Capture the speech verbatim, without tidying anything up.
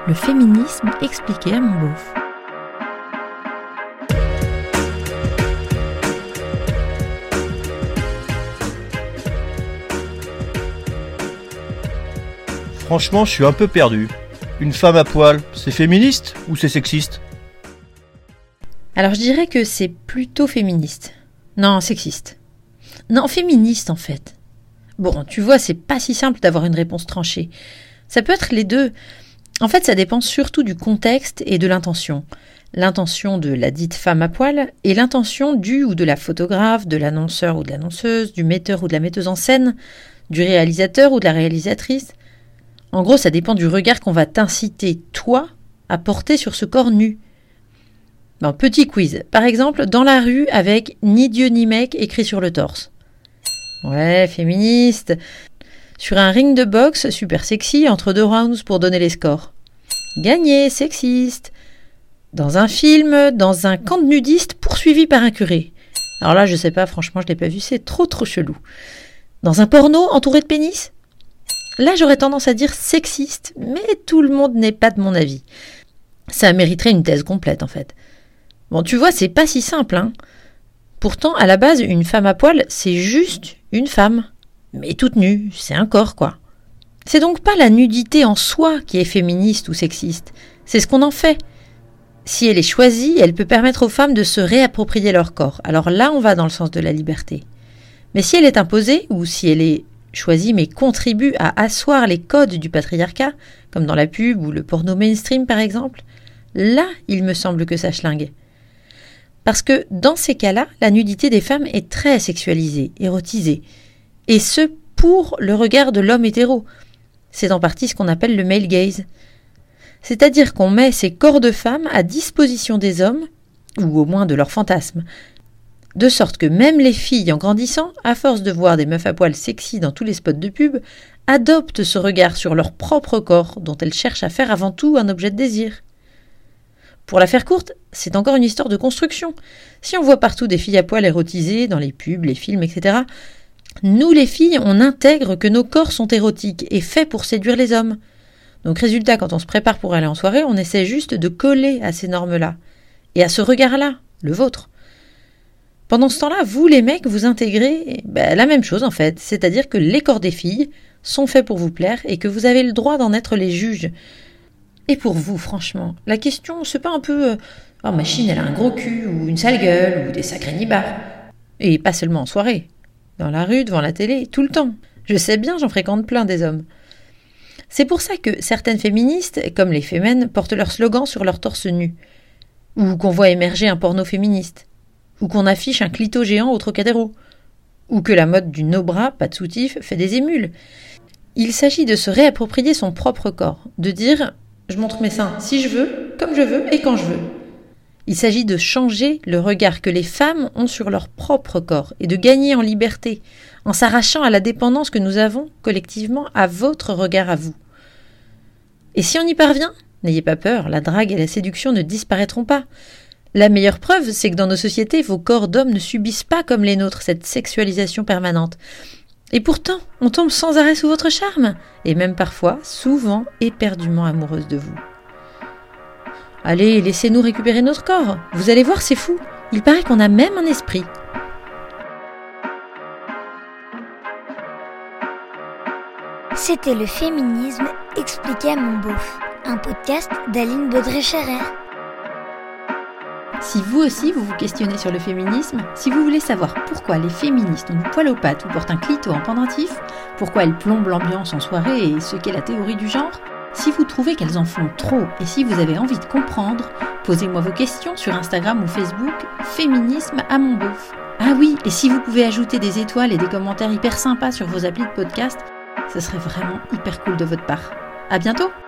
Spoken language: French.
Le féminisme expliqué à mon beauf. Franchement, je suis un peu perdu. Une femme à poil, c'est féministe ou c'est sexiste ? Alors je dirais que c'est plutôt féministe. Non, sexiste. Non, féministe en fait. Bon, tu vois, c'est pas si simple d'avoir une réponse tranchée. Ça peut être les deux. En fait, ça dépend surtout du contexte et de l'intention. L'intention de la dite femme à poil et l'intention du ou de la photographe, de l'annonceur ou de l'annonceuse, du metteur ou de la metteuse en scène, du réalisateur ou de la réalisatrice. En gros, ça dépend du regard qu'on va t'inciter, toi, à porter sur ce corps nu. Bon, petit quiz. Par exemple, dans la rue avec « Ni Dieu ni mec » écrit sur le torse. Ouais, féministe. Sur un ring de boxe, super sexy, entre deux rounds pour donner les scores. Gagné, sexiste. Dans un film, dans un camp de nudistes poursuivi par un curé. Alors là, je sais pas, franchement, je l'ai pas vu, c'est trop trop chelou. Dans un porno entouré de pénis ? Là, j'aurais tendance à dire sexiste, mais tout le monde n'est pas de mon avis. Ça mériterait une thèse complète, en fait. Bon, tu vois, c'est pas si simple, hein. Pourtant, à la base, une femme à poil, c'est juste une femme. Mais toute nue, c'est un corps, quoi. C'est donc pas la nudité en soi qui est féministe ou sexiste. C'est ce qu'on en fait. Si elle est choisie, elle peut permettre aux femmes de se réapproprier leur corps. Alors là, on va dans le sens de la liberté. Mais si elle est imposée, ou si elle est choisie mais contribue à asseoir les codes du patriarcat, comme dans la pub ou le porno mainstream par exemple, là, il me semble que ça schlingue. Parce que dans ces cas-là, la nudité des femmes est très sexualisée, érotisée. Et ce, pour le regard de l'homme hétéro. C'est en partie ce qu'on appelle le male gaze. C'est-à-dire qu'on met ces corps de femmes à disposition des hommes, ou au moins de leurs fantasmes. De sorte que même les filles, en grandissant, à force de voir des meufs à poil sexy dans tous les spots de pub, adoptent ce regard sur leur propre corps, dont elles cherchent à faire avant tout un objet de désir. Pour la faire courte, c'est encore une histoire de construction. Si on voit partout des filles à poil érotisées, dans les pubs, les films, et cetera, nous les filles, on intègre que nos corps sont érotiques et faits pour séduire les hommes. Donc résultat, quand on se prépare pour aller en soirée, on essaie juste de coller à ces normes-là, et à ce regard-là, le vôtre. Pendant ce temps-là, vous les mecs, vous intégrez ben, la même chose en fait, c'est-à-dire que les corps des filles sont faits pour vous plaire et que vous avez le droit d'en être les juges. Et pour vous, franchement, la question, c'est pas un peu euh, « Oh, machine, elle a un gros cul, ou une sale gueule, ou des sacrés nibards. » Et pas seulement en soirée. Dans la rue, devant la télé, tout le temps. Je sais bien, j'en fréquente plein des hommes. C'est pour ça que certaines féministes, comme les Femen, portent leur slogan sur leur torse nu. Ou qu'on voit émerger un porno féministe. Ou qu'on affiche un clito géant au Trocadéro. Ou que la mode du no-bras, pas de soutif, fait des émules. Il s'agit de se réapproprier son propre corps. De dire « je montre mes seins si je veux, comme je veux et quand je veux ». Il s'agit de changer le regard que les femmes ont sur leur propre corps et de gagner en liberté, en s'arrachant à la dépendance que nous avons collectivement à votre regard à vous. Et si on y parvient, n'ayez pas peur, la drague et la séduction ne disparaîtront pas. La meilleure preuve, c'est que dans nos sociétés, vos corps d'hommes ne subissent pas comme les nôtres cette sexualisation permanente. Et pourtant, on tombe sans arrêt sous votre charme, et même parfois, souvent, éperdument amoureuse de vous. Allez, laissez-nous récupérer notre corps. Vous allez voir, c'est fou. Il paraît qu'on a même un esprit. C'était le féminisme expliqué à mon beauf, un podcast d'Aline Baudré-Scherer. Si vous aussi vous vous questionnez sur le féminisme, si vous voulez savoir pourquoi les féministes ont du poil aux pattes ou portent un clito en pendentif, pourquoi elles plombent l'ambiance en soirée et ce qu'est la théorie du genre, si vous trouvez qu'elles en font trop et si vous avez envie de comprendre, posez-moi vos questions sur Instagram ou Facebook, féminisme à mon beauf. Ah oui, et si vous pouvez ajouter des étoiles et des commentaires hyper sympas sur vos applis de podcast, ce serait vraiment hyper cool de votre part. À bientôt!